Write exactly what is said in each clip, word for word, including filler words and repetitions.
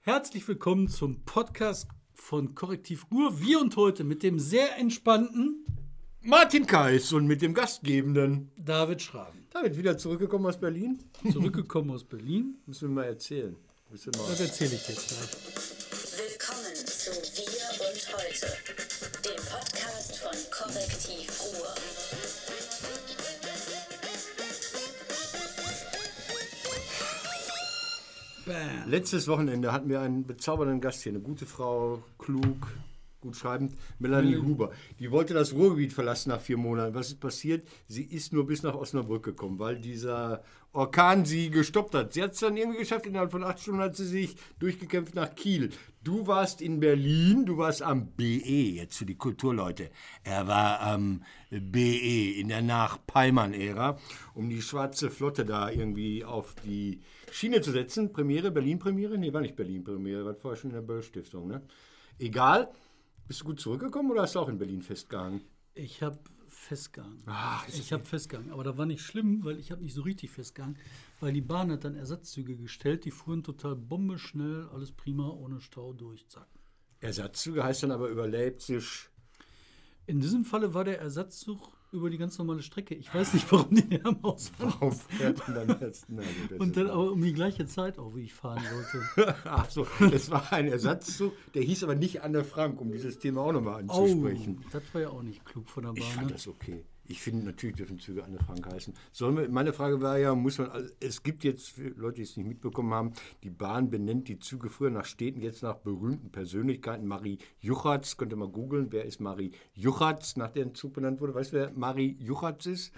Herzlich willkommen zum Podcast von Korrektiv Ruhr. Wir und heute mit dem sehr entspannten Martin Kais und mit dem Gastgebenden David Schraben. David, wieder zurückgekommen aus Berlin? Zurückgekommen aus Berlin. Müssen wir mal erzählen. Müssen wir mal. Das erzähle ich dir jetzt gleich. Willkommen zu Wir und Heute, dem Podcast von Korrektiv Ruhr. Bam. Letztes Wochenende hatten wir einen bezaubernden Gast hier, eine gute Frau, klug, gut schreibend, Melanie Mhm. Huber. Die wollte das Ruhrgebiet verlassen nach vier Monaten. Was ist passiert? Sie ist nur bis nach Osnabrück gekommen, weil dieser Orkan sie gestoppt hat. Sie hat es dann irgendwie geschafft, innerhalb von acht Stunden hat sie sich durchgekämpft nach Kiel. Du warst in Berlin, du warst am B E, jetzt für die Kulturleute. Er war am B E in der Nach-Pallmann-Ära, um die Schwarze Flotte da irgendwie auf die Schiene zu setzen. Premiere, Berlin-Premiere? Nee, war nicht Berlin-Premiere, war vorher schon in der Böll-Stiftung, ne? Egal. Bist du gut zurückgekommen oder hast du auch in Berlin festgehangen? Ich habe festgehangen. Ach, ist das ich habe festgehangen, aber da war nicht schlimm, weil ich habe nicht so richtig festgehangen, weil die Bahn hat dann Ersatzzüge gestellt, die fuhren total bombeschnell, alles prima, ohne Stau durch, zack. Ersatzzüge heißt dann aber über Leipzig. In diesem Falle war der Ersatzzug über die ganz normale Strecke. Ich weiß nicht, warum die den am Ausfahren. Warum fährt man dann jetzt? Nein, das Und ist dann wahr. aber um die gleiche Zeit auch, wie ich fahren sollte. Ach so, das war ein Ersatzzug, der hieß aber nicht Anne Frank, um dieses Thema auch nochmal Oh, anzusprechen. das war ja auch nicht klug von der Bahn. Ich fand ne? das okay. Ich finde, natürlich dürfen Züge Anne Frank heißen. Sollen wir, meine Frage war ja, muss man, also es gibt jetzt, für Leute, die es nicht mitbekommen haben, die Bahn benennt die Züge früher nach Städten, jetzt nach berühmten Persönlichkeiten. Marie Juchatz, könnt ihr mal googeln, wer ist Marie Juchatz, nach der ein Zug benannt wurde. Weißt du, wer Marie Juchatz ist?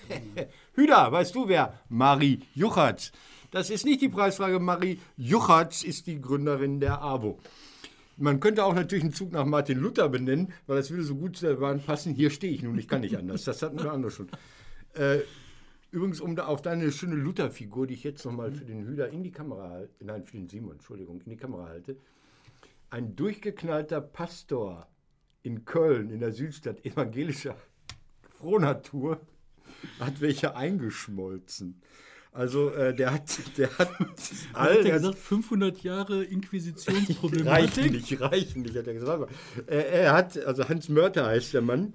Hüda, weißt du, wer Marie Juchatz? Das ist nicht die Preisfrage. Marie Juchatz ist die Gründerin der AWO. Man könnte auch natürlich einen Zug nach Martin Luther benennen, weil das würde so gut zur Bahn passen. Hier stehe ich nun, ich kann nicht anders. Das hatten wir andere schon. Äh, übrigens, um da auf deine schöne Luther-Figur, die ich jetzt nochmal für den Hüder in die Kamera halte, nein, für den Simon, Entschuldigung, in die Kamera halte. Ein durchgeknallter Pastor in Köln, in der Südstadt, evangelischer Frohnatur, hat welche eingeschmolzen. Also äh, der hat, der hat all Hat er das- gesagt, fünfhundert Jahre Reichen Inquisitionsproblematik? nicht, reichen nicht, hat er gesagt. Er, er hat, also Hans Mörter heißt der Mann,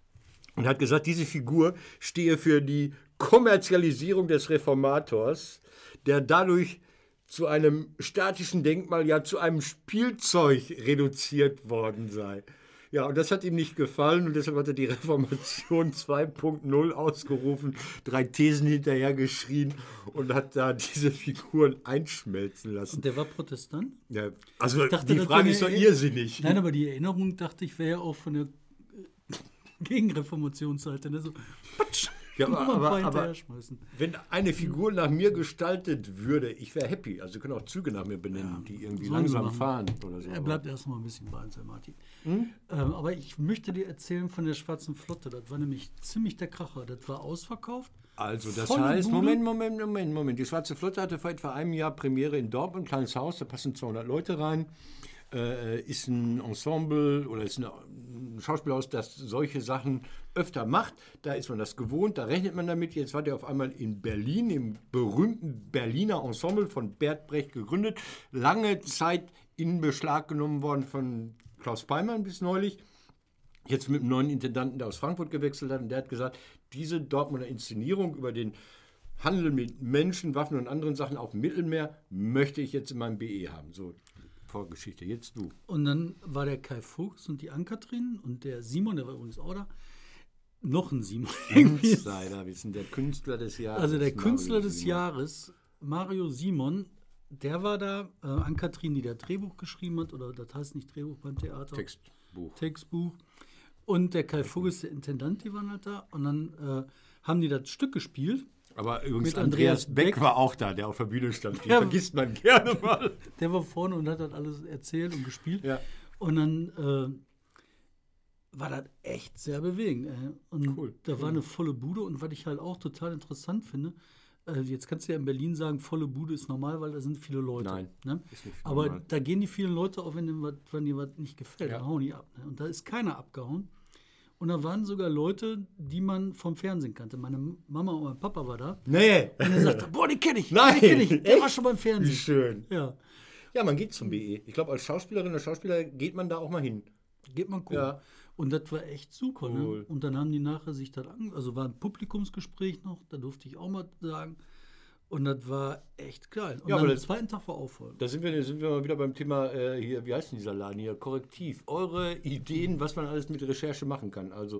und hat gesagt, diese Figur stehe für die Kommerzialisierung des Reformators, der dadurch zu einem statischen Denkmal, ja zu einem Spielzeug reduziert worden sei. Ja, und das hat ihm nicht gefallen und deshalb hat er die Reformation zwei Punkt null ausgerufen, drei Thesen hinterhergeschrien und hat da diese Figuren einschmelzen lassen. Und der war Protestant? Ja, also dachte, die das Frage wäre ist doch eine- irrsinnig. Nein, aber die Erinnerung, dachte ich, wäre ja auch von der äh, Gegenreformationsseite. Ne? So, patsch, Ja, aber- und mal ein paar aber- aber- hinterher schmeißen. Wenn eine Figur nach mir gestaltet würde, ich wäre happy. Also Sie können auch Züge nach mir benennen, die irgendwie sollen sie langsam machen. fahren oder so. Er bleibt erst mal ein bisschen bei uns, Herr Martin. Hm? Ähm, aber ich möchte dir erzählen von der Schwarzen Flotte. Das war nämlich ziemlich der Kracher. Das war ausverkauft. Also das Volle heißt, Bude. Moment, Moment, Moment, Moment. Die Schwarze Flotte hatte vor etwa einem Jahr Premiere in Dortmund, ein kleines Haus, da passen zweihundert Leute rein. Äh, ist ein Ensemble oder ist eine, ein Schauspielhaus, das solche Sachen öfter macht. Da ist man das gewohnt, da rechnet man damit. Jetzt war der auf einmal in Berlin, im berühmten Berliner Ensemble von Bert Brecht gegründet. Lange Zeit in Beschlag genommen worden von Klaus Pallmann bis neulich. Jetzt mit einem neuen Intendanten, der aus Frankfurt gewechselt hat. Und der hat gesagt, diese Dortmunder Inszenierung über den Handel mit Menschen, Waffen und anderen Sachen auf dem Mittelmeer möchte ich jetzt in meinem B E haben. So, Vorgeschichte. Jetzt du. Und dann war der Kai Fuchs und die Ann-Kathrin und der Simon, der war übrigens auch da. Noch ein Simon. irgendwie. Insider wissen, der Künstler des Jahres. Also der Mario Künstler des Simon. Jahres, Mario Simon, der war da. Äh, Ann-Kathrin, die das Drehbuch geschrieben hat, oder das heißt nicht Drehbuch beim Theater. Textbuch. Textbuch. Und der Kai Fuchs, der Intendant, die waren halt da. Und dann äh, haben die das Stück gespielt. Aber übrigens, Mit Andreas, Andreas Beck, Beck war auch da, der auf der Bühne stand. Den Ja. vergisst man gerne mal. Der war vorne und hat das alles erzählt und gespielt. Ja. Und dann äh, war das echt sehr bewegend. Äh. Und Cool, da cool. war eine volle Bude. Und was ich halt auch total interessant finde, äh, jetzt kannst du ja in Berlin sagen, volle Bude ist normal, weil da sind viele Leute. Nein, Ne? ist nicht Aber normal. da gehen die vielen Leute auf, wenn dir was, wenn dir was nicht gefällt. Ja. Dann hauen die ab. Ne? Und da ist keiner abgehauen. Und da waren sogar Leute, die man vom Fernsehen kannte. Meine Mama und mein Papa war da. Nee. Und er sagte, boah, die kenne ich. Nein, Den kenne ich. Der echt? war schon beim Wie Fernsehen. schön. Ja. Ja, man geht zum B E. Ich glaube, als Schauspielerin oder Schauspieler geht man da auch mal hin. Geht man gucken. Ja. Und das war echt super. Cool. Ne? Und dann haben die nachher sich das an, also war ein Publikumsgespräch noch, da durfte ich auch mal sagen. Und das war echt geil. Und Ja, dann aber am das- zweiten Tag war auch voll. Da sind wir, sind wir mal wieder beim Thema äh, hier, wie heißt denn dieser Laden hier? Korrektiv. Eure Ideen, was man alles mit Recherche machen kann. Also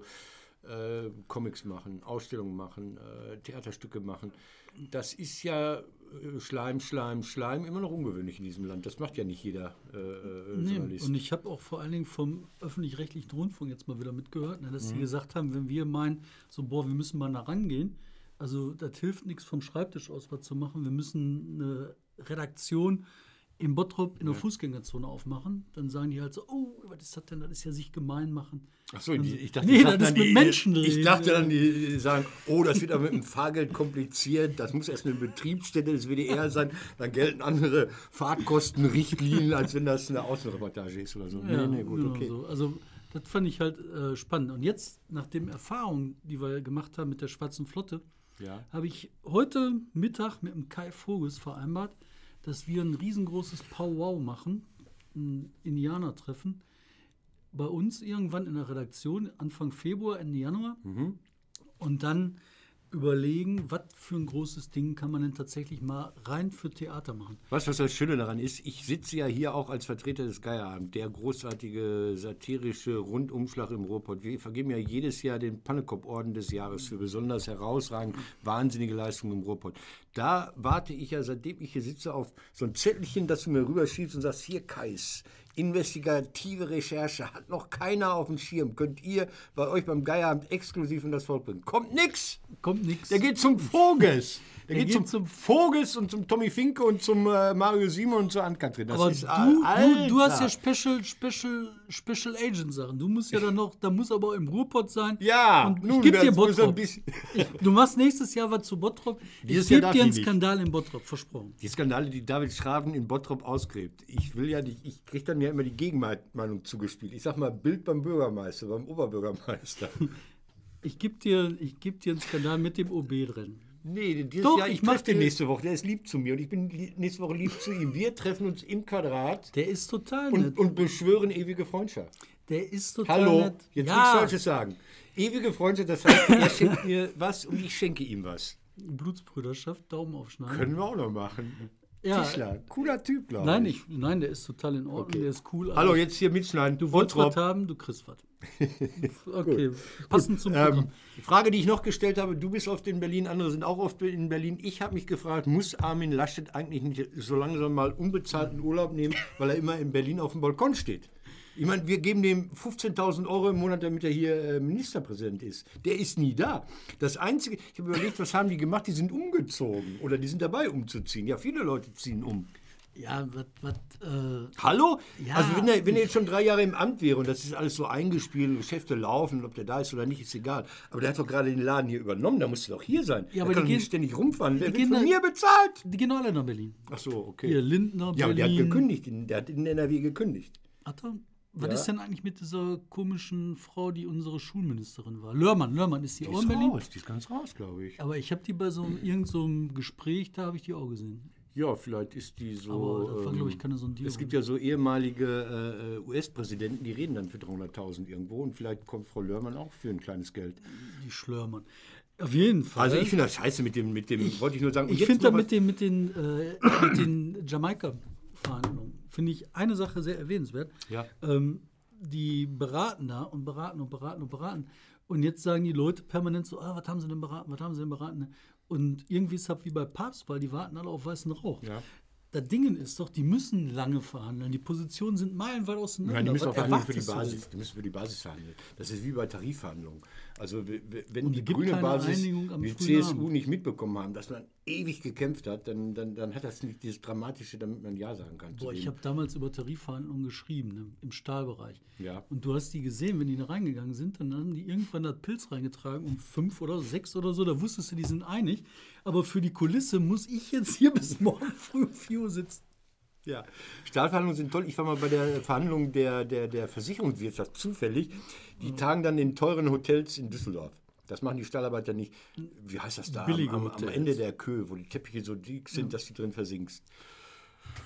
äh, Comics machen, Ausstellungen machen, äh, Theaterstücke machen. Das ist ja äh, Schleim, Schleim, Schleim immer noch ungewöhnlich in diesem Land. Das macht ja nicht jeder äh, äh, Nee, Journalist. und ich habe auch vor allen Dingen vom öffentlich-rechtlichen Rundfunk jetzt mal wieder mitgehört, ne, dass Mhm. sie gesagt haben, wenn wir meinen, so, boah, wir müssen mal da rangehen, also das hilft nichts vom Schreibtisch aus was zu machen, wir müssen eine Redaktion in Bottrop in der Fußgängerzone aufmachen, dann sagen die halt so, oh, was ist das denn, das ist ja sich gemein machen. Achso, die- ich dachte, Nee, die das sagten ist dann mit die- Menschen Ich reden. dachte dann, die, die sagen, oh, das wird aber mit dem Fahrgeld kompliziert, das muss erst eine Betriebsstätte des W D R sein, dann gelten andere Fahrtkostenrichtlinien, als wenn das eine Außenreportage ist oder so. Ja, nee, nee, gut, genau okay. so. Also das fand ich halt äh, spannend. Und jetzt, nach den Erfahrungen, die wir gemacht haben mit der Schwarzen Flotte, Ja. habe ich heute Mittag mit dem Kai Vogels vereinbart, dass wir ein riesengroßes Powwow machen, ein Indianertreffen, bei uns irgendwann in der Redaktion, Anfang Februar, Ende Januar. Und dann überlegen, was für ein großes Ding kann man denn tatsächlich mal rein für Theater machen. Weißt du, was das Schöne daran ist? Ich sitze ja hier auch als Vertreter des Geierabend, der großartige satirische Rundumschlag im Ruhrpott. Wir vergeben ja jedes Jahr den Pannekop-Orden des Jahres für besonders herausragend wahnsinnige Leistungen im Ruhrpott. Da warte ich ja, seitdem ich hier sitze, auf so ein Zettelchen, das du mir rüberschiebst und sagst, hier Kais, investigative Recherche, hat noch keiner auf dem Schirm. Könnt ihr bei euch beim Geierabend exklusiv in das Volk bringen. Kommt nix! Kommt nichts. Der geht zum Vogels. Der, Der geht, geht zum, zum- Vogels und zum Tommy Finke und zum äh, Mario Simon und zur Ann-Kathrin. Das Aber ist, du, äh, du, du hast ja Alter. Special, Special, Special Agent Sachen. Du musst ja dann noch, da muss aber im Ruhrpott sein. Ja, und nun, ich gebe dir das muss ein Bottrop. bisschen- Ich, du machst nächstes Jahr was zu Bottrop. Ich Dieses Jahr gebe darf dir einen ich nicht. Skandal in Bottrop, versprochen. Die Skandale, die David Schraven in Bottrop ausgräbt. Ich will ja nicht, ich kriege dann ja immer die Gegenmeinung zugespielt. Ich sag mal, Bild beim Bürgermeister, beim Oberbürgermeister. Ich gebe dir, ich geb dir einen Skandal mit dem O B drin. Nee, dieses Doch, Jahr, ich ich mach treffe den dir- nächste Woche. Der ist lieb zu mir und ich bin li- nächste Woche lieb zu ihm. Wir treffen uns im Quadrat Der ist total und, nett. und beschwören ewige Freundschaft. Der ist total Hallo, nett. jetzt ja, will ich Solches sagen. Ewige Freundschaft, das heißt, er schenkt mir was und ich schenke ihm was. Blutsbrüderschaft, Daumen aufschneiden. Können wir auch noch machen. Ja. Tischler, cooler Typ, glaube Nein, ich. ich, nein, der ist total in Ordnung, Okay. der ist cool. Hallo, aber jetzt hier mitschneiden. du wolltest was Bottrop. haben, du kriegst was. Okay, passend zum Programm. Ähm, die Frage, die ich noch gestellt habe, du bist oft in Berlin, andere sind auch oft in Berlin. Ich habe mich gefragt, muss Armin Laschet eigentlich nicht so langsam mal unbezahlten Urlaub nehmen, weil er immer in Berlin auf dem Balkon steht? Ich meine, wir geben dem fünfzehntausend Euro im Monat, damit er hier äh, Ministerpräsident ist. Der ist nie da. Das Einzige, ich habe überlegt, was haben die gemacht? Die sind umgezogen oder die sind dabei umzuziehen. Ja, viele Leute ziehen um. Ja, was, was, äh, Hallo? Ja. Also wenn er, wenn er jetzt schon drei Jahre im Amt wäre und das ist alles so eingespielt, Geschäfte laufen, ob der da ist oder nicht, ist egal. Aber der hat doch gerade den Laden hier übernommen, da muss er doch hier sein. Ja, der aber kann die doch nicht gehen- ständig rumfahren. Der die wird gehen von da- mir bezahlt. die gehen alle nach Berlin. Ach so, okay. Hier, Lindner, ja, aber der hat Berlin. gekündigt, in- der hat in N R W gekündigt. Hat er? Was Ja. ist denn eigentlich mit dieser komischen Frau, die unsere Schulministerin war? Lörmann, Lörmann ist die, Die auch ist in Berlin? raus, die ist ganz raus, glaube ich. Aber ich habe die bei so einem, irgend so einem Gespräch, da habe ich die auch gesehen. Ja, vielleicht ist die so... Aber das war, ähm, glaube ich, keine Sondierung. Es gibt ja so ehemalige äh, U S-Präsidenten, die reden dann für dreihunderttausend irgendwo und vielleicht kommt Frau Lörmann auch für ein kleines Geld. Die Schlörmann. Auf jeden Fall. Also ich finde das scheiße mit dem, mit dem wollte ich nur sagen. Und Ich jetzt finde da noch mit was- den, mit den, äh, mit den Jamaika-Verhandlungen, finde ich eine Sache sehr erwähnenswert. Ja. Ähm, die beraten da und beraten und beraten und beraten. Und jetzt sagen die Leute permanent so, ah, was haben sie denn beraten, was haben sie denn beraten? Und irgendwie ist es halt wie bei Papstwahl, die warten alle auf weißen Rauch. Ja. Das Ding ist doch, die müssen lange verhandeln. Die Positionen sind meilenweit auseinander. Ja, die müssen Was auch verhandeln für die erwartest du Basis. denn? Die müssen für die Basis verhandeln. Das ist wie bei Tarifverhandlungen. Also w- w- wenn Und die es gibt grüne keine Basis, Einigung am die frühen C S U Abend. nicht mitbekommen haben, dass man ewig gekämpft hat, dann, dann, dann hat das nicht dieses Dramatische, damit man Ja sagen kann. zu Boah, ich dem. habe damals über Tarifverhandlungen geschrieben, ne, im Stahlbereich. Ja. Und du hast die gesehen, wenn die da reingegangen sind, dann haben die irgendwann das Pilz reingetragen, um fünf oder sechs oder so, da wusstest du, die sind einig. Aber für die Kulisse muss ich jetzt hier bis morgen früh um vier Uhr sitzen. Ja, Stahlverhandlungen sind toll. Ich war mal bei der Verhandlung der, der, der Versicherungswirtschaft zufällig. Die tagen dann in teuren Hotels in Düsseldorf. Das machen die Stahlarbeiter nicht. Wie heißt das da? Billige Am, am, am Hotels. Ende der Köhe, wo die Teppiche so dick sind, dass du drin versinkst.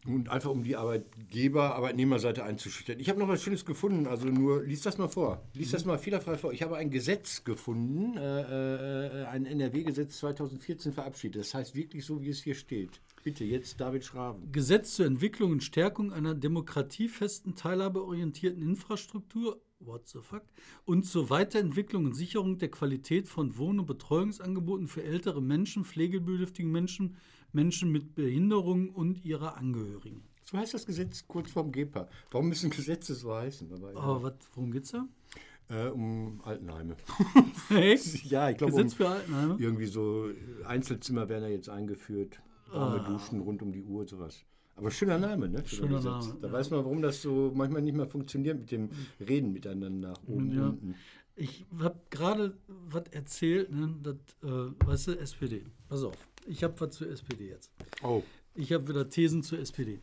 Und einfach um die Arbeitgeber, Arbeitnehmerseite einzuschüchtern. Ich habe noch was Schönes gefunden, also nur, lies das mal vor. Lies das mal fehlerfrei vor. Ich habe ein Gesetz gefunden, äh, äh, ein N R W-Gesetz zweitausendvierzehn verabschiedet. Das heißt wirklich so, wie es hier steht. Bitte, jetzt David Schraven. Gesetz zur Entwicklung und Stärkung einer demokratiefesten, teilhabeorientierten Infrastruktur, what the fuck, und zur Weiterentwicklung und Sicherung der Qualität von Wohn- und Betreuungsangeboten für ältere Menschen, pflegebedürftige Menschen, Menschen mit Behinderungen und ihre Angehörigen. So heißt das Gesetz kurz vorm G E P A. Warum müssen Gesetze so heißen? Aber, ja. Aber was, worum geht's da? Äh, um Altenheime. Echt? Ja, ich glaube, Gesetz um, für Altenheime? irgendwie so Einzelzimmer werden ja jetzt eingeführt. Warme Ah. Duschen rund um die Uhr, sowas. Aber schöner Name, ne? Schöner Gesetz. Name, Da ja. weiß man, warum das so manchmal nicht mehr funktioniert mit dem Reden miteinander. Oben, Ja. unten. Ich habe gerade was erzählt, ne, das, äh, weißt du, S P D. Pass auf, ich habe was zur S P D jetzt. Oh, Ich habe wieder Thesen zur S P D.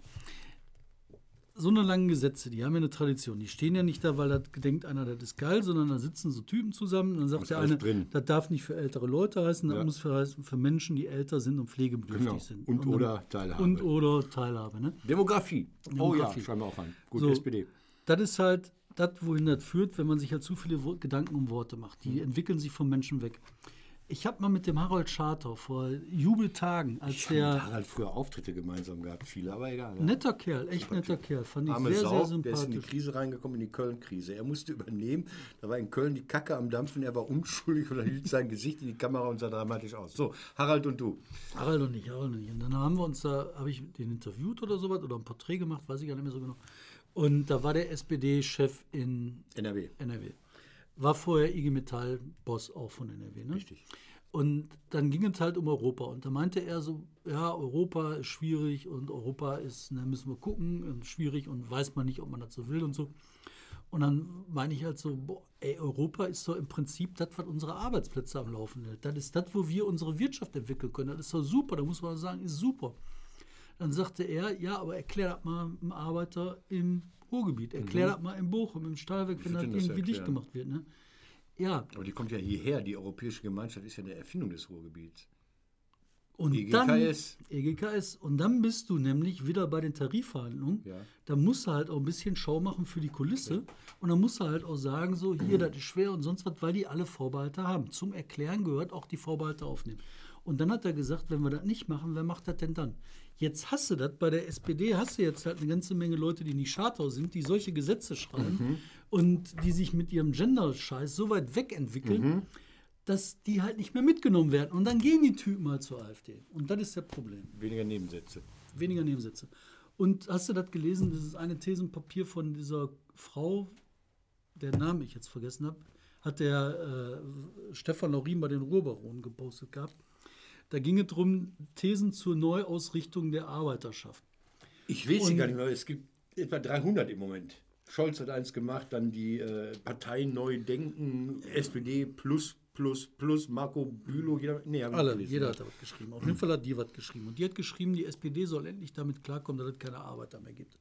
So eine lange Gesetze, die haben ja eine Tradition. Die stehen ja nicht da, weil das denkt einer, das ist geil, sondern da sitzen so Typen zusammen und dann sagt Ist der alles eine, drin. das darf nicht für ältere Leute heißen, das Ja. muss für, heißen für Menschen, die älter sind und pflegebedürftig genau. sind. Und, dann- oder Teilhabe. Und oder Teilhabe. Ne? Demografie. Oh Demografie. ja, schreiben wir auch an. Gut, So. S P D. Das ist halt das, wohin das führt, wenn man sich halt zu viele Wo- Gedanken um Worte macht. Die entwickeln sich vom Menschen weg. Ich habe mal mit dem Harald Schartau vor Jubeltagen, als Ich habe mit der Harald früher Auftritte gemeinsam gehabt, viele, aber egal. Ne? netter Kerl, echt netter Kerl, fand ich Arme sehr, Sau, sehr der ist in die sympathisch. Krise reingekommen, in die Köln-Krise. Er musste übernehmen, da war in Köln die Kacke am Dampfen, er war unschuldig und er hielt sein Gesicht in die Kamera und sah dramatisch aus. So, Harald und du. Harald und ich, Harald und ich. Und dann haben wir uns da, habe ich den interviewt oder sowas oder ein Porträt gemacht, weiß ich gar nicht mehr so genau. Und da war der S P D-Chef in N R W. N R W. War vorher I G Metall-Boss auch von N R W. Ne? Richtig. Und dann ging es halt um Europa. Und da meinte er so, ja, Europa ist schwierig und Europa ist, da müssen wir gucken, und schwierig und weiß man nicht, ob man das so will und so. Und dann meine ich halt so, boah, ey, Europa ist doch im Prinzip das, was unsere Arbeitsplätze am Laufen hält. Das ist das, wo wir unsere Wirtschaft entwickeln können. Das ist doch super, da muss man sagen, ist super. Dann sagte er, ja, aber erklär das mal einem Arbeiter im Ruhrgebiet. Erklär das mal in Bochum, im Stahlwerk, wenn würd das denn das irgendwie dicht erklären? gemacht wird. Ne? Ja, Aber die kommt ja hierher, die Europäische Gemeinschaft ist ja eine Erfindung des Ruhrgebiets. und E G dann K S. E G K S. Und dann bist du nämlich wieder bei den Tarifverhandlungen. Ja. Da musst du halt auch ein bisschen Schau machen für die Kulisse. Und dann musst du halt auch sagen, so, hier, das ist schwer und sonst was, weil die alle Vorbehalte haben. Zum Erklären gehört auch die Vorbehalte aufnehmen. Und dann hat er gesagt, wenn wir das nicht machen, wer macht das denn dann? Jetzt hast du das, bei der S P D hast du jetzt halt eine ganze Menge Leute, die nicht Schartau sind, die solche Gesetze schreiben Mhm. und die sich mit ihrem Gender-Scheiß so weit wegentwickeln, Mhm. dass die halt nicht mehr mitgenommen werden. Und dann gehen die Typen halt zur AfD. Und das ist das Problem. Weniger Nebensätze. Weniger Nebensätze. Und hast du das gelesen, dieses eine Thesenpapier von dieser Frau, deren Namen ich jetzt vergessen habe, hat der äh, Stefan Laurin bei den Ruhrbaronen gepostet gehabt. Da ging es darum, Thesen zur Neuausrichtung der Arbeiterschaft. Ich weiß sie Und- gar nicht mehr, es gibt etwa dreihundert im Moment. Scholz hat eins gemacht, dann die äh, Parteien neu denken, S P D plus, plus, plus, Marco Bülow, jeder, nee, hab ich Alle, gelesen, jeder ja. hat da was geschrieben. Auf jeden Fall hat die was geschrieben. Und die hat geschrieben, die S P D soll endlich damit klarkommen, dass es keine Arbeiter mehr gibt.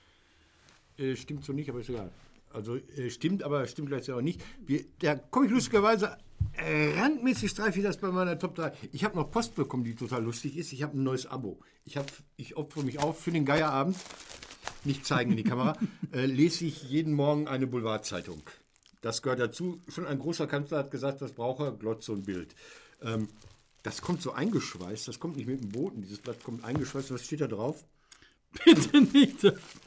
Äh, stimmt so nicht, aber ist egal. Also äh, stimmt, aber stimmt gleichzeitig auch nicht. Wir, da komme ich lustigerweise, äh, randmäßig streife ich das bei meiner Top drei. Ich habe noch Post bekommen, die total lustig ist. Ich habe ein neues Abo. Ich, hab, ich opfere mich auf für den Geierabend. Nicht zeigen in die Kamera. äh, lese ich jeden Morgen eine Boulevardzeitung. Das gehört dazu. Schon ein großer Kanzler hat gesagt, das braucht er, Glotze und Bild. Ähm, das kommt so eingeschweißt, das kommt nicht mit dem Boten. Dieses Blatt kommt eingeschweißt. Was steht da drauf? Bitte nicht.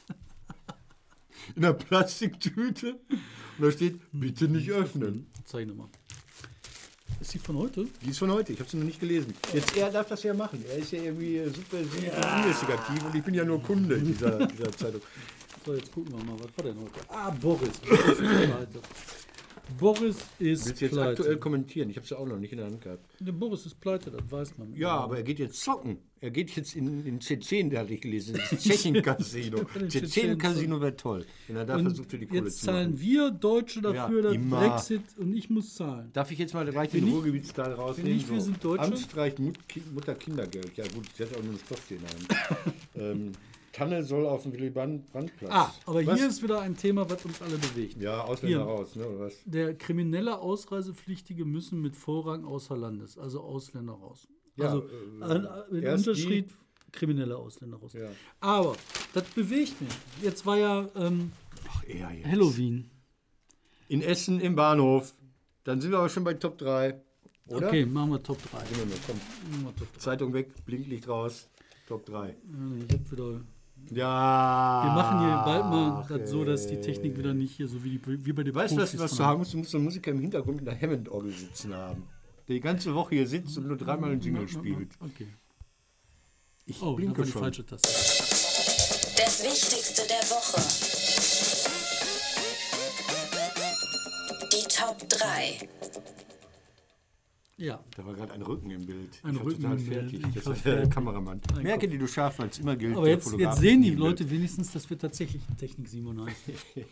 In einer Plastiktüte. Und da steht, bitte nicht öffnen. Zeig nochmal. Ist die von heute? Die ist von heute, ich habe sie noch nicht gelesen. Jetzt, er darf das ja machen. Er ist ja irgendwie subversiv und investigativ und ich bin ja nur Kunde dieser, dieser Zeitung. So, jetzt gucken wir mal, was war denn heute? Ah, Boris. Boris ist pleite. Boris ist Willst du jetzt pleite. aktuell kommentieren? Ich habe sie auch noch nicht in der Hand gehabt. Der Boris ist pleite, das weiß man. Ja, aber er geht jetzt zocken. Er geht jetzt in, in Tschetschen, der hatte ich gelesen, ins Tschechien-Casino. den Tschetschen-Casino wäre toll, wenn er da Und versucht, für die Kohle jetzt zu zahlen machen. wir Deutsche dafür, Ja, dass immer. Brexit und ich muss zahlen. Darf ich jetzt mal gleich den ich- Ruhrgebietsteil rausnehmen? nicht wir sind Deutsche? Amtsstreich Mut, Kind, Mutter-Kindergeld. Ja gut, sie hat auch nur einen Stoffzeh in der Hand. ähm, Tanne soll auf dem Willy-Brandt-Platz. Ah, aber Was? hier ist wieder ein Thema, was uns alle bewegt. Ja, Ausländer Hier. raus, ne, oder was? Der kriminelle Ausreisepflichtige müssen mit Vorrang außer Landes, also Ausländer raus. Ja, also äh, äh, in erst Unterschied kriminelle Ausländer raus. Ja. Aber das bewegt mich. Jetzt war ja ähm, Ach, eher jetzt. Halloween. In Essen im Bahnhof. Dann sind wir aber schon bei Top drei. Oder? Okay, machen wir Top drei. Nehmen wir, komm. Machen wir Top drei. Zeitung weg, Blinklicht raus. Top drei. Ja, Ich hab wieder, Ja. wir machen hier bald mal Ach, das so, dass die ey. Technik wieder nicht hier so wie, die, wie bei den Weißt du, was, Profis was von du haben musst? Du musst einen Musiker im Hintergrund mit einer Hammond-Orgel sitzen haben. Der die ganze Woche hier sitzt und nur dreimal einen Jingle spielt. Okay. Ich Oh, das blinke war die schon. falsche Taste. Das Wichtigste der Woche. Die Top drei. Ja. Da war gerade ein Rücken im Bild. Ein ich war Rücken total im Bild. fertig. Ich Das war war der fertig. Kameramann. Ein Merke, Kopf. die du scharf, weil es immer gilt. Aber der jetzt, Fotograf jetzt sehen die ist nie Leute wenigstens, dass wir tatsächlich ein Technik-Simon heißen.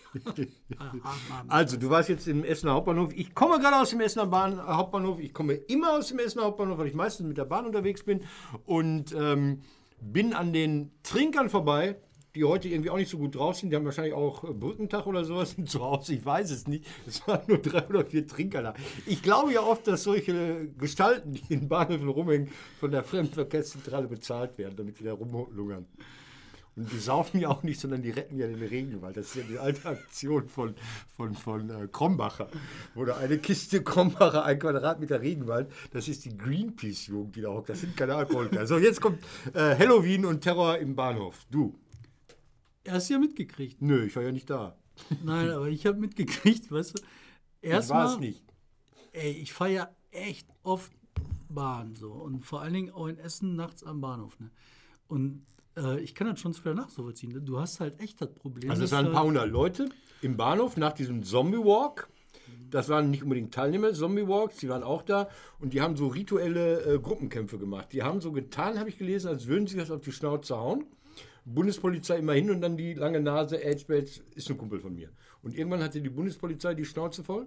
Ah, ah, ah. Also, du warst jetzt im Essener Hauptbahnhof. Ich komme gerade aus dem Essener Bahn, Hauptbahnhof. Ich komme immer aus dem Essener Hauptbahnhof, weil ich meistens mit der Bahn unterwegs bin. Und ähm, bin an den Trinkern vorbei, die heute irgendwie auch nicht so gut drauf sind. Die haben wahrscheinlich auch äh, Brückentag oder sowas sind zu Hause. Ich weiß es nicht. Es waren nur drei oder vier Trinker da. Ich glaube ja oft, dass solche Gestalten, die in Bahnhöfen rumhängen, von der Fremdenverkehrszentrale bezahlt werden, damit die da rumlungern. Und die saufen ja auch nicht, sondern die retten ja den Regenwald. Das ist ja die alte Aktion von, von, von äh, Krombacher. Oder eine Kiste Krombacher, ein Quadratmeter Regenwald. Das ist die Greenpeace-Jugend, die da hockt. Das sind keine Alkoholiker. So, jetzt kommt äh, Halloween und Terror im Bahnhof. Du? Er ist ja mitgekriegt. Nö, ich war ja nicht da. Nein, aber ich habe mitgekriegt, weißt du. Ich war Erstmal, es nicht. ey, ich fahre ja echt oft Bahn so. Und vor allen Dingen auch in Essen nachts am Bahnhof. Ne? Und äh, ich kann das schon schwer nachvollziehen. Ne? Du hast halt echt das Problem. Also es dass waren ein halt- paar hundert Leute im Bahnhof nach diesem Zombie-Walk. Das waren nicht unbedingt Teilnehmer des Zombie-Walks, die waren auch da. Und die haben so rituelle äh, Gruppenkämpfe gemacht. Die haben so getan, habe ich gelesen, als würden sie das auf die Schnauze hauen. Bundespolizei immer hin und dann die lange Nase, Edgebait ist ein Kumpel von mir. Und irgendwann hatte die Bundespolizei die Schnauze voll.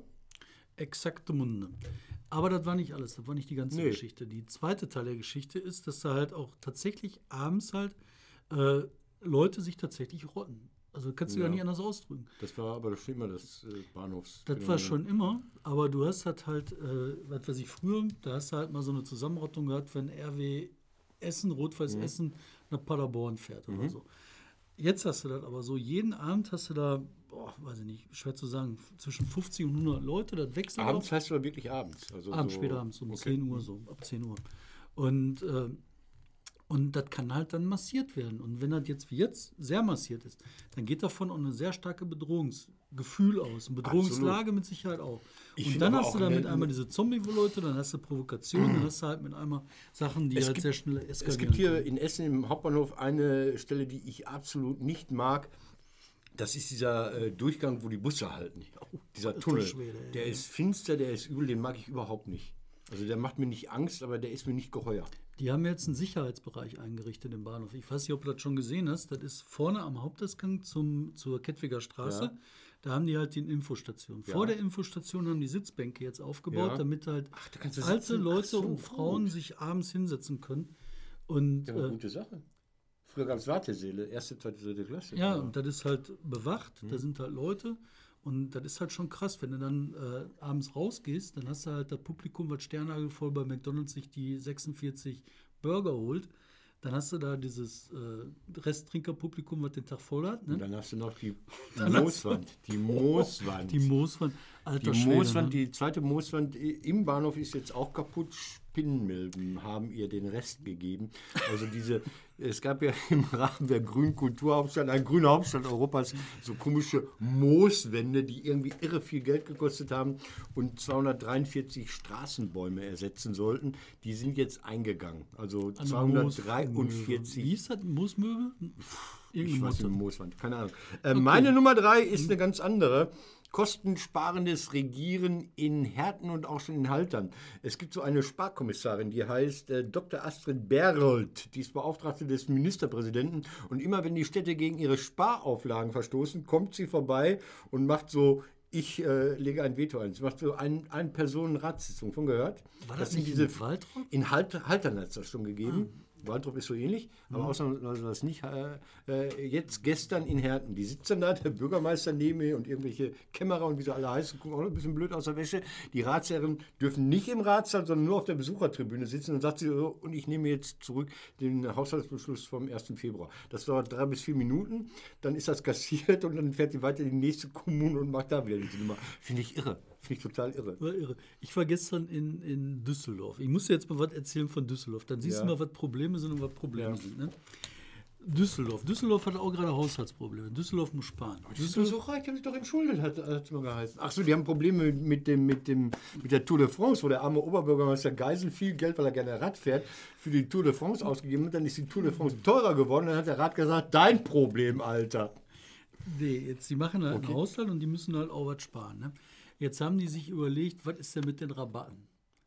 Exakte Munde. Aber das war nicht alles, das war nicht die ganze Nee. Geschichte. Die zweite Teil der Geschichte ist, dass da halt auch tatsächlich abends halt äh, Leute sich tatsächlich rotten. Also kannst du Ja. gar nicht anders ausdrücken. Das war aber schon immer das äh, Bahnhofs. Das war schon immer, aber du hast halt halt, äh, was weiß ich, früher, da hast du halt mal so eine Zusammenrottung gehabt, wenn R W Essen, Rot-Weiß Essen nach Paderborn fährt oder so. Jetzt hast du das aber so, jeden Abend hast du da, boah, weiß ich nicht, schwer zu sagen, zwischen fünfzig und hundert Leute, das wechselt Abends auch. heißt aber wirklich abends. Also Abends, so, später abends, um okay. zehn Uhr so, ab zehn Uhr. Und, äh, und das kann halt dann massiert werden. Und wenn das jetzt wie jetzt sehr massiert ist, dann geht davon auch eine sehr starke Bedrohungsgefühl aus. Eine Bedrohungslage mit Sicherheit auch. Ich und finde dann aber hast du auch damit eine- einmal diese Zombie-Leute, dann hast du Provokationen, dann hast du halt mit einmal Sachen, die Es halt gibt- sehr schnell eskalieren Es gibt hier können. in Essen im Hauptbahnhof eine Stelle, die ich absolut nicht mag. Das ist dieser äh, Durchgang, wo die Busse halten. Dieser alter Tunnel. Schwede, ey. Der ist finster, der ist übel, den mag ich überhaupt nicht. Also der macht mir nicht Angst, aber der ist mir nicht geheuer. Die haben jetzt einen Sicherheitsbereich eingerichtet im Bahnhof. Ich weiß nicht, ob du das schon gesehen hast. Das ist vorne am Hauptausgang zum, zur Kettwiger Straße. Ja. Da haben die halt die Infostation. Ja. Vor der Infostation haben die Sitzbänke jetzt aufgebaut, Ja. damit halt Ach, da kannst du alte sitzen. Leute Ach so, und Frauen gut. sich abends hinsetzen können. Und Ja, aber äh, gute Sache. Früher gab es Wartesäle, erste, zweite, dritte Klasse. ja, und das ist halt bewacht, da sind halt Leute. Und das ist halt schon krass, wenn du dann äh, abends rausgehst, dann hast du halt das Publikum, was sternhagelvoll bei McDonalds sich die sechsundvierzig Burger holt. Dann hast du da dieses äh, Resttrinkerpublikum, was den Tag voll hat. Und Ne? dann hast du noch die Dann hast du- Mooswand. Die Mooswand. Die Mooswand, alter Die Schwede, Mooswand, ne? die zweite Mooswand im Bahnhof ist jetzt auch kaputt. Spinnmilben haben ihr den Rest gegeben. Also diese, es gab ja im Rahmen der grünen Kulturhauptstadt, ein grüne Hauptstadt Europas, so komische Mooswände, die irgendwie irre viel Geld gekostet haben und zweihundertdreiundvierzig Straßenbäume ersetzen sollten. Die sind jetzt eingegangen. Also Eine zweihundertdreiundvierzig. Wie ist das? Moosmöbel? Ich Irgendeine weiß nicht, Motte. Mooswand, keine Ahnung. Äh, Meine Nummer drei ist eine ganz andere. Kostensparendes Regieren in Härten und auch schon in Haltern. Es gibt so eine Sparkommissarin, die heißt äh, Doktor Astrid Berrold. Die ist Beauftragte des Ministerpräsidenten. Und immer wenn die Städte gegen ihre Sparauflagen verstoßen, kommt sie vorbei und macht so, ich äh, lege ein Veto ein. Sie macht so ein, eine Personenratssitzung. Von gehört? War das, sind nicht diese in Waldrop? in halt, Haltern hat es das schon gegeben. Waldrop ist so ähnlich, aber mhm. ausnahmsweise das nicht. Äh, äh, jetzt gestern in Herten, die sitzen da, der Bürgermeister neben mir und irgendwelche Kämmerer und wie sie alle heißen, gucken auch noch ein bisschen blöd aus der Wäsche. Die Ratsherren dürfen nicht im Ratssaal, sondern nur auf der Besuchertribüne sitzen und sagt sie, oh, und ich nehme jetzt zurück den Haushaltsbeschluss vom ersten Februar. Das dauert drei bis vier Minuten, dann ist das kassiert und dann fährt die weiter in die nächste Kommune und macht da wieder diese Nummer. Finde ich irre. Finde ich total irre. War irre. Ich war gestern in, in Düsseldorf. Ich muss dir jetzt mal was erzählen von Düsseldorf. Dann siehst ja. du mal, was Probleme sind und was Probleme ja. sind. Ne? Düsseldorf. Düsseldorf hat auch gerade Haushaltsprobleme. Düsseldorf muss sparen. Das ist doch so reich, die haben sich doch entschuldigt, hat es mal geheißen. Achso, die haben Probleme mit, dem, mit, dem, mit der Tour de France, wo der arme Oberbürgermeister Geisel viel Geld, weil er gerne Rad fährt, für die Tour de France ausgegeben hat. Dann ist die Tour de France teurer geworden. Dann hat der Rat gesagt, dein Problem, Alter. Nee, jetzt, die machen halt okay. einen Haushalt und die müssen halt auch was sparen. Ne? Jetzt haben die sich überlegt, was ist denn mit den Rabatten?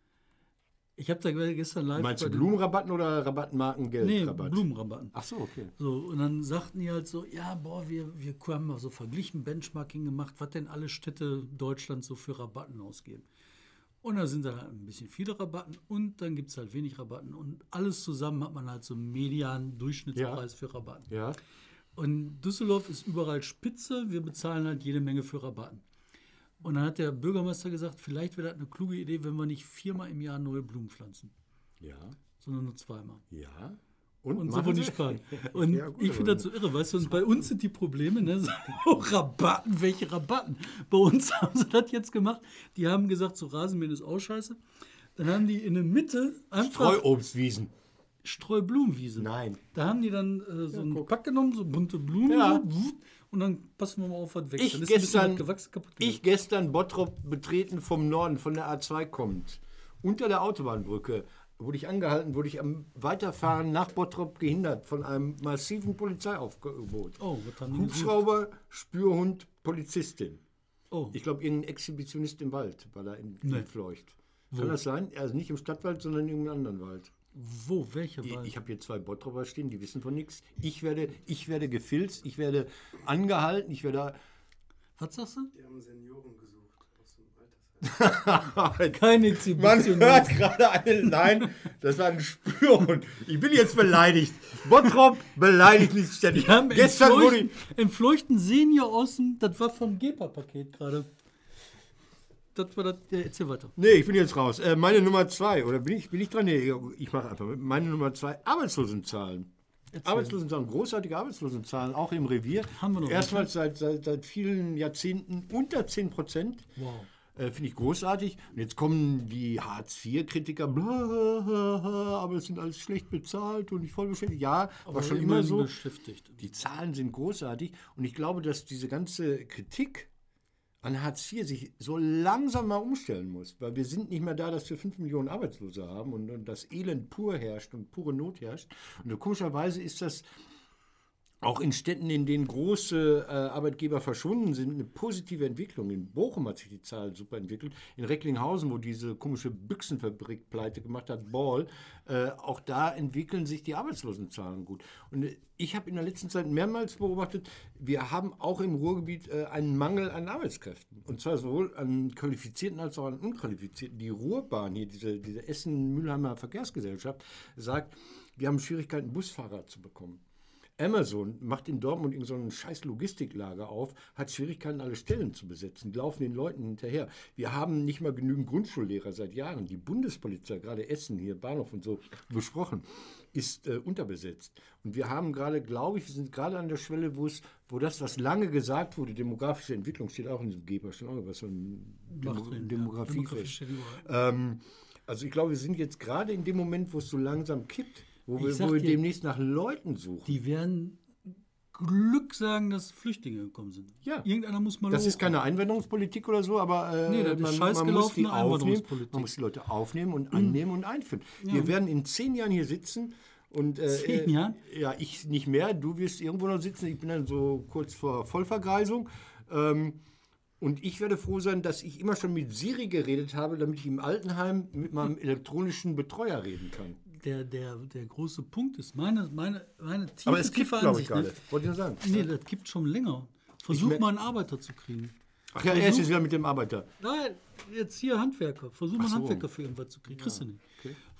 Ich habe da gestern live... Meinst du Blumenrabatten oder Rabattmarken Geldrabatt? Nee, Blumenrabatten. Ach so, okay. So, und dann sagten die halt so, ja, boah, wir, wir haben mal so verglichen, Benchmarking gemacht, was denn alle Städte Deutschlands so für Rabatten ausgeben. Und da sind dann halt ein bisschen viele Rabatten und dann gibt es halt wenig Rabatten. Und alles zusammen hat man halt so einen Median-Durchschnittspreis ja. für Rabatten. Ja. Und Düsseldorf ist überall spitze, wir bezahlen halt jede Menge für Rabatten. Und dann hat der Bürgermeister gesagt, vielleicht wäre das eine kluge Idee, wenn wir nicht viermal im Jahr neue Blumen pflanzen. Ja. Sondern nur zweimal. Ja. Und, und so wollen die sparen. Und ja, gut, ich finde das so irre, weißt du, und bei uns sind die Probleme, ne, so, oh, Rabatten, welche Rabatten? Bei uns haben sie das jetzt gemacht, die haben gesagt, so Rasenmähen ist auch scheiße. Dann haben die in der Mitte einfach... Streuobstwiesen. Streublumenwiese. Nein. Da haben die dann äh, so ja, einen guck. Pack genommen, so bunte Blumen, ja. so, und dann passen wir mal auf, was weg. Ich dann ist gestern, gewachsen, kaputt ich gestern Bottrop betreten vom Norden, von der A zwei kommt, unter der Autobahnbrücke, wurde ich angehalten, wurde ich am Weiterfahren nach Bottrop gehindert von einem massiven Polizeiaufgebot. Oh, was haben die Hubschrauber, gesucht? Spürhund, Polizistin. Oh. Ich glaube, irgendein Exhibitionist im Wald war da in, nee. in Fleucht. Wo? Kann das sein? Also nicht im Stadtwald, sondern in irgendeinem anderen Wald. Wo? Welche Ich, Wald? ich habe hier zwei Bottroper stehen, die wissen von nichts. Ich werde, ich werde gefilzt, ich werde angehalten, ich werde... Was sagst du? Die haben Senioren gesucht aus dem Altersheim. Keine Exhibition. Man hört gerade einen, nein, das war ein Spürhund. Ich bin jetzt beleidigt. Bottrop beleidigt mich ständig. Die haben Gestern wurde ich... Im Fleuchten Senior aus dem, das war vom G E P A-Paket gerade. Das war das, ja, erzähl weiter. Nee, ich bin jetzt raus. Äh, meine Nummer zwei, oder bin ich, bin ich dran? Nee, ich mache einfach mit. Meine Nummer zwei, Arbeitslosenzahlen. Erzähl. Arbeitslosenzahlen, großartige Arbeitslosenzahlen, auch im Revier. Haben wir noch Erstmals seit, seit, seit vielen Jahrzehnten unter zehn Prozent. Wow. Äh, Finde ich großartig. Und jetzt kommen die Hartz vier Kritiker, aber es sind alles schlecht bezahlt und nicht voll beschäftigt. Ja, aber war schon immer so. Beschäftigt. Die Zahlen sind großartig und ich glaube, dass diese ganze Kritik an Hartz vier sich so langsam mal umstellen muss, weil wir sind nicht mehr da, dass wir fünf Millionen Arbeitslose haben und, und das Elend pur herrscht und pure Not herrscht. Und komischerweise ist das auch in Städten, in denen große äh, Arbeitgeber verschwunden sind, eine positive Entwicklung. In Bochum hat sich die Zahl super entwickelt. In Recklinghausen, wo diese komische Büchsenfabrik pleite gemacht hat, Ball, äh, auch da entwickeln sich die Arbeitslosenzahlen gut. Und äh, ich habe in der letzten Zeit mehrmals beobachtet, wir haben auch im Ruhrgebiet äh, einen Mangel an Arbeitskräften. Und zwar sowohl an Qualifizierten als auch an Unqualifizierten. Die Ruhrbahn hier, diese, diese Essen-Mülheimer Verkehrsgesellschaft, sagt, wir haben Schwierigkeiten, Busfahrer zu bekommen. Amazon macht in Dortmund so ein scheiß Logistiklager auf, hat Schwierigkeiten, alle Stellen zu besetzen, die laufen den Leuten hinterher. Wir haben nicht mal genügend Grundschullehrer seit Jahren. Die Bundespolizei, gerade Essen, hier Bahnhof und so, besprochen, ist äh, unterbesetzt. Und wir haben gerade, glaube ich, wir sind gerade an der Schwelle, wo es, wo das, was lange gesagt wurde, demografische Entwicklung, steht auch in diesem G E P A, steht auch was so ein Demo drin, Demografie ja. fest. Ähm, also ich glaube, wir sind jetzt gerade in dem Moment, wo es so langsam kippt, Wo wir, wo wir dir, demnächst nach Leuten suchen. Die werden Glück sagen, dass Flüchtlinge gekommen sind. Ja. Irgendeiner muss mal Das ist keine Einwanderungspolitik oder so, aber äh, nee, das man, ist man, muss die aufnehmen, Einwanderungspolitik. man muss die Leute aufnehmen und annehmen und einführen. Ja. Wir werden in zehn Jahren hier sitzen. Und, äh, zehn Jahren? Äh, ja, ich nicht mehr. Du wirst irgendwo noch sitzen. Ich bin dann so kurz vor Vollvergreisung. Ähm, Und ich werde froh sein, dass ich immer schon mit Siri geredet habe, damit ich im Altenheim mit meinem elektronischen Betreuer reden kann. Der, der, der große Punkt ist, meine, meine, meine tiefe, Aber es gibt, tiefe glaube ich, Ansicht. gerade. Wollte ich nur sagen. Nee, das gibt schon länger. Versuch Ich mal einen Arbeiter zu kriegen. Ach ja, er ist jetzt wieder mit dem Arbeiter. Nein, jetzt hier Handwerker. Versuch mal Ach einen so. Handwerker für irgendwas zu kriegen. Kriegst du nicht. Okay.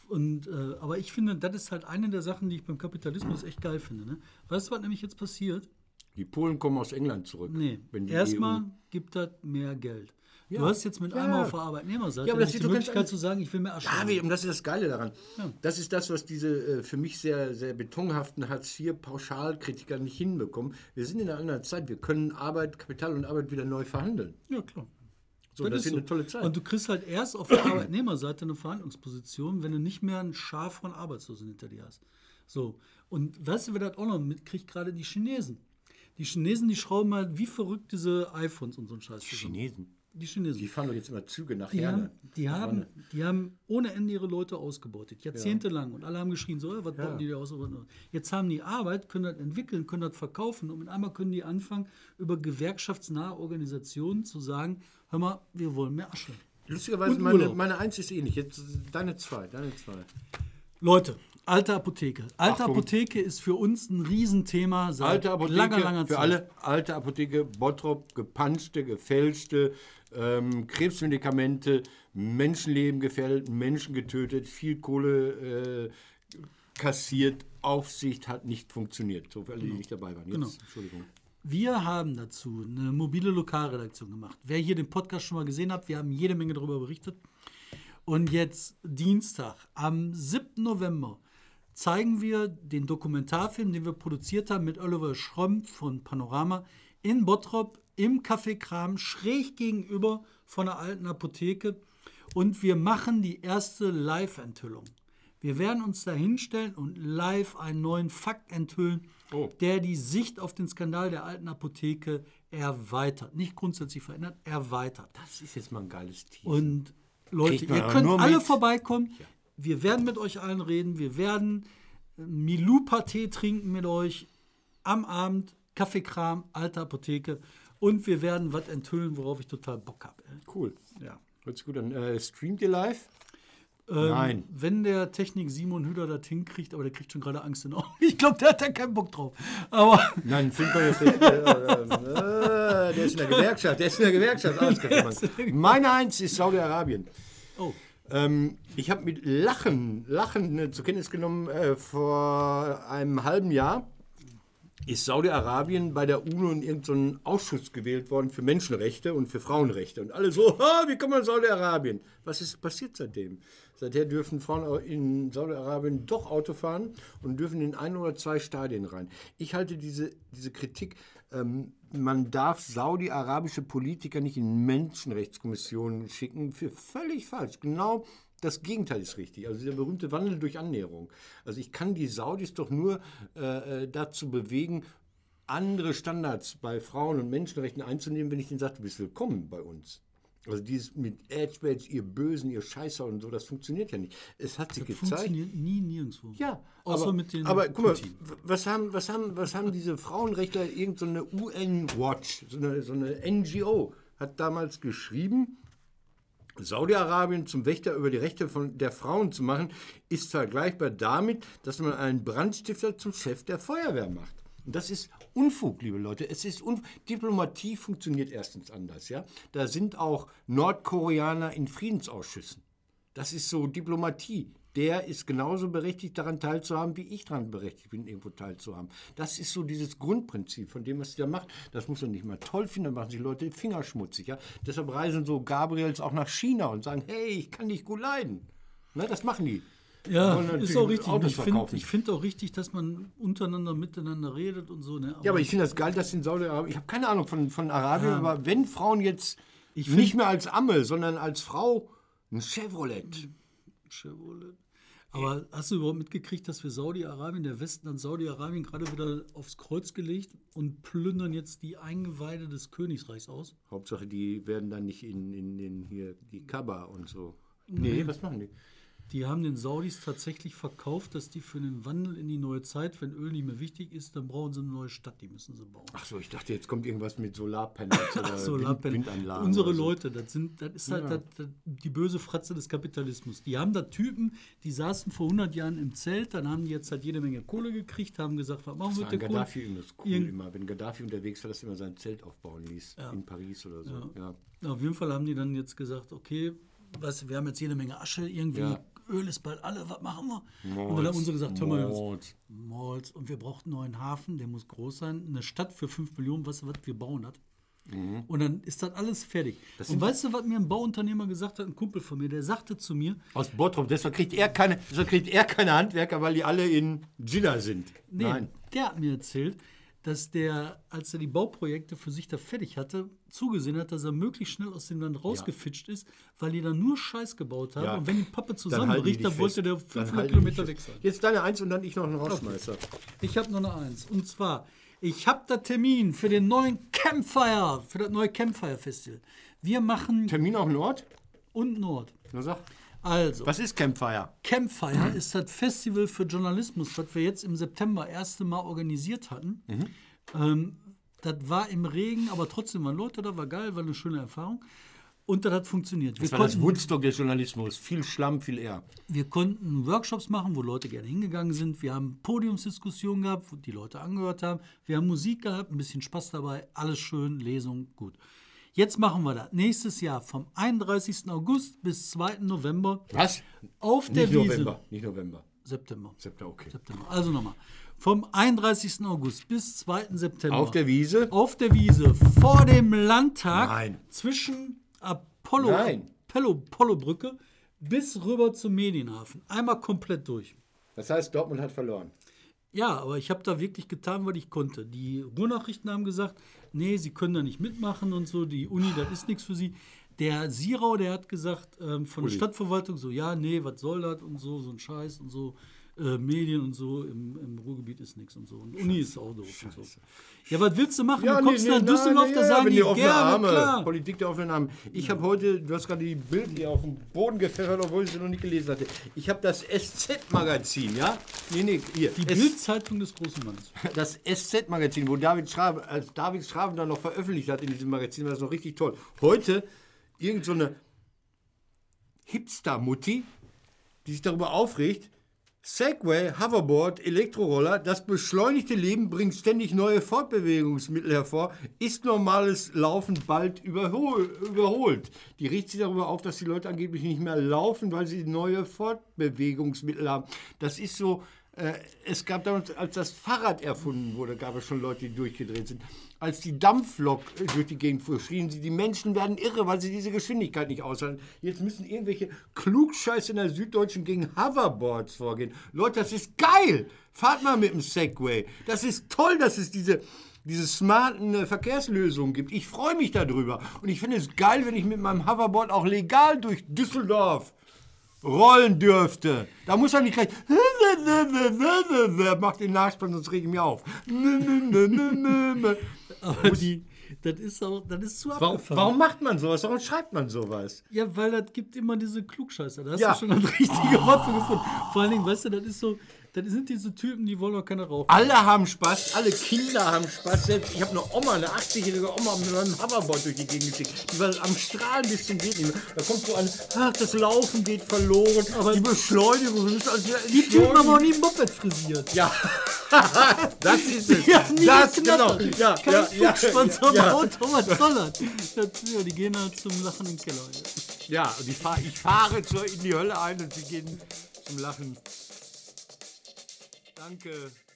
Und, äh, aber ich finde, das ist halt eine der Sachen, die ich beim Kapitalismus echt geil finde. Ne? Weißt du, was nämlich jetzt passiert? Die Polen kommen aus England zurück. Nee, wenn die erstmal E U gibt das mehr Geld. Ja. Du hast jetzt mit Ja. einmal auf der Arbeitnehmerseite Ja, aber das nicht ist die doch ganz Möglichkeit anders. zu sagen, ich will mehr Asche. Ja, haben. wie- und das ist das Geile daran. Ja. Das ist das, was diese äh, für mich sehr, sehr betonhaften Hartz vier Pauschalkritiker nicht hinbekommen. Wir sind in einer anderen Zeit. Wir können Arbeit, Kapital und Arbeit wieder neu verhandeln. Ja, klar. So, das, ist so. eine tolle Zeit. Und du kriegst halt erst auf der Arbeitnehmerseite eine Verhandlungsposition, wenn du nicht mehr ein Schar von Arbeitslosen hinter dir hast. So. Und weißt du, wer das auch noch mitkriegt? Gerade die Chinesen. Die Chinesen, die schrauben halt wie verrückt diese iPhones und so einen Scheiß die zusammen. Chinesen, Die Chinesen. die fahren doch jetzt immer Züge nach Die haben, Herne. die, haben, die haben ohne Ende ihre Leute ausgebeutet, jahrzehntelang. Und alle haben geschrien, so, was bauten die da aus? Jetzt haben die Arbeit, können das entwickeln, können das verkaufen. Und mit einmal können die anfangen, über gewerkschaftsnahe Organisationen zu sagen, hör mal, wir wollen mehr Asche. Lustigerweise, Und meine, Urlaub. meine Eins ist ähnlich. Jetzt deine zwei, deine zwei. Leute, alte Apotheke. Alte Achtung. Apotheke ist für uns ein Riesenthema seit Alte Apotheke, langer, langer für Zeit. alle alte Apotheke, Bottrop, gepanschte, gefälschte, ähm, Krebsmedikamente, Menschenleben gefährdet, Menschen getötet, viel Kohle äh, kassiert, Aufsicht hat nicht funktioniert. So für alle, die nicht dabei waren. Jetzt, Genau. Entschuldigung. Wir haben dazu eine mobile Lokalredaktion gemacht. Wer hier den Podcast schon mal gesehen hat, wir haben jede Menge darüber berichtet. Und jetzt Dienstag, am siebten November, zeigen wir den Dokumentarfilm, den wir produziert haben mit Oliver Schrömm von Panorama in Bottrop im Café Kram, schräg gegenüber von der alten Apotheke. Und wir machen die erste Live-Enthüllung. Wir werden uns da hinstellen und live einen neuen Fakt enthüllen, Oh. der die Sicht auf den Skandal der alten Apotheke erweitert. Nicht grundsätzlich verändert, erweitert. Das ist jetzt mal ein geiles Team. Und Leute, Kriegt man ihr aber könnt nur alle mit. vorbeikommen. Wir werden mit euch allen reden. Wir werden äh, Milupa-Tee trinken mit euch am Abend. Kaffeekram, alte Apotheke. Und wir werden was enthüllen, worauf ich total Bock habe. Cool. Ja. Hört sich gut an. Äh, streamt ihr live? Ähm, Nein. Wenn der Technik Simon Hüder das hinkriegt, aber der kriegt schon gerade Angst in den Augen. Ich glaube, der hat da keinen Bock drauf. Aber Nein, Film kann jetzt nicht. Äh, äh, der ist in der Gewerkschaft. Der ist in der Gewerkschaft ausgeführt. Meine Eins ist Saudi-Arabien. oh, Ähm, ich habe mit Lachen, Lachen äh, zur Kenntnis genommen, äh, vor einem halben Jahr ist Saudi-Arabien bei der UNO in irgendeinen Ausschuss gewählt worden für Menschenrechte und für Frauenrechte. Und alle so, ha, wie kommt man in Saudi-Arabien? Was ist passiert seitdem? Seither dürfen Frauen in Saudi-Arabien doch Auto fahren und dürfen in ein oder zwei Stadien rein. Ich halte diese, diese Kritik, ähm, man darf saudi-arabische Politiker nicht in Menschenrechtskommissionen schicken, für völlig falsch. Genau das Gegenteil ist richtig. Also der berühmte Wandel durch Annäherung. Also ich kann die Saudis doch nur äh, dazu bewegen, andere Standards bei Frauen und Menschenrechten einzunehmen, wenn ich denen sage, du bist willkommen bei uns. Also dieses mit Edge Badge, ihr Bösen, ihr Scheißer und so, das funktioniert ja nicht. Es hat sich das gezeigt. funktioniert nie nirgendwo. Ja, Außer aber, mit den aber guck mal, Putin. was haben, was haben, was haben diese Frauenrechtler, irgendeine so U N-Watch, so eine, so eine N G O, hat damals geschrieben, Saudi-Arabien zum Wächter über die Rechte von der Frauen zu machen, ist vergleichbar damit, dass man einen Brandstifter zum Chef der Feuerwehr macht. Und das ist Unfug, liebe Leute. Es ist Unfug. Diplomatie funktioniert erstens anders. Ja? Da sind auch Nordkoreaner in Friedensausschüssen. Das ist so Diplomatie. Der ist genauso berechtigt, daran teilzuhaben, wie ich daran berechtigt bin, irgendwo teilzuhaben. Das ist so dieses Grundprinzip von dem, was sie da macht. Das muss man nicht mal toll finden, dann machen sich Leute die Finger schmutzig. Ja? Deshalb reisen so Gabriels auch nach China und sagen, hey, ich kann dich gut leiden. Ne, das machen die. Ja, Wollen natürlich ist auch richtig. Autos Ich finde verkaufen. ich find auch richtig, dass man untereinander miteinander redet und so. Ne? Ja, aber ich finde das geil, dass in Saudi-Arabien, ich habe keine Ahnung von, von Arabien, aber wenn Frauen jetzt Ich find- nicht mehr als Amme, sondern als Frau ein Chevrolet. Chevrolet. Aber hast du überhaupt mitgekriegt, dass wir Saudi-Arabien, der Westen an Saudi-Arabien gerade wieder aufs Kreuz gelegt und plündern jetzt die Eingeweide des Königreichs aus? Hauptsache, die werden dann nicht in, in, in hier die Kaaba und so. Nee, was machen die? Die haben den Saudis tatsächlich verkauft, dass die für den Wandel in die neue Zeit, wenn Öl nicht mehr wichtig ist, dann brauchen sie eine neue Stadt, die müssen sie bauen. Ach so, ich dachte, jetzt kommt irgendwas mit Solarpanels oder Solarpanel. Wind, Windanlagen. Unsere oder so. Leute, das, sind, das ist halt das, das, die böse Fratze des Kapitalismus. Die haben da Typen, die saßen vor hundert Jahren im Zelt, dann haben die jetzt halt jede Menge Kohle gekriegt, haben gesagt, was machen Das wir war mit der Kohle? Gaddafi immer das cool Irgend- immer. Wenn Gaddafi unterwegs war, dass er immer sein Zelt aufbauen ließ. In Paris oder so. Ja. Ja, auf jeden Fall haben die dann jetzt gesagt, okay, was, wir haben jetzt jede Menge Asche, irgendwie Ja. Öl ist bald alle, was machen wir? Und dann haben unsere gesagt, hör mal, Jungs, Mord. Malls. Und wir brauchten einen neuen Hafen, der muss groß sein. Eine Stadt für fünf Millionen, weißt du, was wir bauen hat? Mhm. Und dann ist das alles fertig. Das und weißt du, was mir ein Bauunternehmer gesagt hat, ein Kumpel von mir, der sagte zu mir... Aus Bottrop, deshalb kriegt er keine, deshalb kriegt er keine Handwerker, weil die alle in Jeddah sind. Nee, Nein. der hat mir erzählt, dass der, als er die Bauprojekte für sich da fertig hatte, zugesehen hat, dass er möglichst schnell aus dem Land rausgefitscht ist, weil die da nur Scheiß gebaut haben. Ja. Und wenn die Pappe Dann halten die zusammenbricht, dich dann fest. wollte der Dann fünfhundert halten die Kilometer dich weg fest. sein. Jetzt deine Eins und dann ich noch einen Rausschmeißer. Ich habe noch eine Eins. Und zwar, ich habe da Termin für den neuen Campfire, für das neue Campfire Festival. Wir machen Termin auch Nord? und Nord. Na sag. Also, Was ist Campfire? Campfire ist das Festival für Journalismus, was wir jetzt im September erste Mal organisiert hatten. Mhm. Ähm, das war im Regen, aber trotzdem waren Leute da, war geil, war eine schöne Erfahrung. Und das hat funktioniert. Das Wir war das konnten, Woodstock des Journalismus. Viel Schlamm, viel eher. wir konnten Workshops machen, wo Leute gerne hingegangen sind. Wir haben Podiumsdiskussionen gehabt, wo die Leute angehört haben. Wir haben Musik gehabt, ein bisschen Spaß dabei, alles schön, Lesung, gut. Jetzt machen wir das nächstes Jahr vom einunddreißigsten August bis zweiten November Was? auf der Nicht Wiese. November. Nicht November. September. September, okay. September. Also nochmal. Vom einunddreißigsten August bis zweiten September. Auf der Wiese? Auf der Wiese. Vor dem Landtag. Nein. Zwischen Apollo, Nein. Apollo, Apollo-Brücke bis rüber zum Medienhafen. Einmal komplett durch. Das heißt, Dortmund hat verloren. Ja, aber ich habe da wirklich getan, was ich konnte. Die Ruhrnachrichten haben gesagt, nee, sie können da nicht mitmachen und so. Die Uni, das ist nichts für sie. Der Sirau, der hat gesagt, ähm, von Uli. der Stadtverwaltung so, ja, nee, was soll das und so, so ein Scheiß und so. Äh, Medien und so, im, im Ruhrgebiet ist nichts und so. Und Uni ist auch doof und so. Ja, was willst du machen? du kommst nach Düsseldorf, da sagen wenn die die offene gerne, Arme. klar. Politik der offenen Arme. Ich habe heute, du hast gerade die Bilder hier auf den Boden gepfeffert, obwohl ich sie noch nicht gelesen hatte. Ich habe das S Z-Magazin, ja? Nee, nee, hier. Die S- Bild-Zeitung des großen Mannes. Das S Z-Magazin, wo David Schraven, als David Schraven dann noch veröffentlicht hat in diesem Magazin, war das noch richtig toll. Heute irgend so eine Hipster-Mutti, die sich darüber aufregt, Segway, Hoverboard, Elektroroller, das beschleunigte Leben bringt ständig neue Fortbewegungsmittel hervor, ist normales Laufen bald überhol überholt. Die regt sich darüber auf, dass die Leute angeblich nicht mehr laufen, weil sie neue Fortbewegungsmittel haben. Das ist so, äh, es gab damals, als das Fahrrad erfunden wurde, gab es schon Leute, die durchgedreht sind. Als die Dampflok äh, durch die Gegend fuhr, schrien sie, die Menschen werden irre, weil sie diese Geschwindigkeit nicht aushalten. Jetzt müssen irgendwelche Klugscheiße in der Süddeutschen gegen Hoverboards vorgehen. Leute, das ist geil! Fahrt mal mit dem Segway. Das ist toll, dass es diese, diese smarten äh, Verkehrslösungen gibt. Ich freue mich darüber. Und ich finde es geil, wenn ich mit meinem Hoverboard auch legal durch Düsseldorf rollen dürfte. Da muss er nicht gleich macht den Nachspann, sonst rege ich mich auf. Aber die, das ist auch, das ist zu Warum, abgefahren. warum macht man sowas? Warum schreibt man sowas? Ja, weil das gibt immer diese Klugscheißer. Da hast Ja. du schon das richtige Wort für gefunden. Vor allen Dingen, weißt du, das ist so, das sind diese Typen, die wollen auch keine rauchen. Alle haben Spaß, alle Kinder haben Spaß. Selbst ich habe eine Oma, eine achtzigjährige Oma mit einem Hoverboard durch die Gegend geschickt. Die war am Strahlen bis zum geht nicht mehr. Da kommt so an, ach, das Laufen geht verloren, aber die Beschleunigung ist also Die Typen haben auch nie ein Moped frisiert. Ja, das ist es. Die haben nie Das, geknattert. genau. Ja, Kein ja, ja, Fuchsschwanz am ja. Auto, was soll das? das? Ja, die gehen halt zum Lachen im Keller. Ja. Ja, und ich, fahr, ich fahre zur, in die Hölle ein und sie gehen zum Lachen. Danke.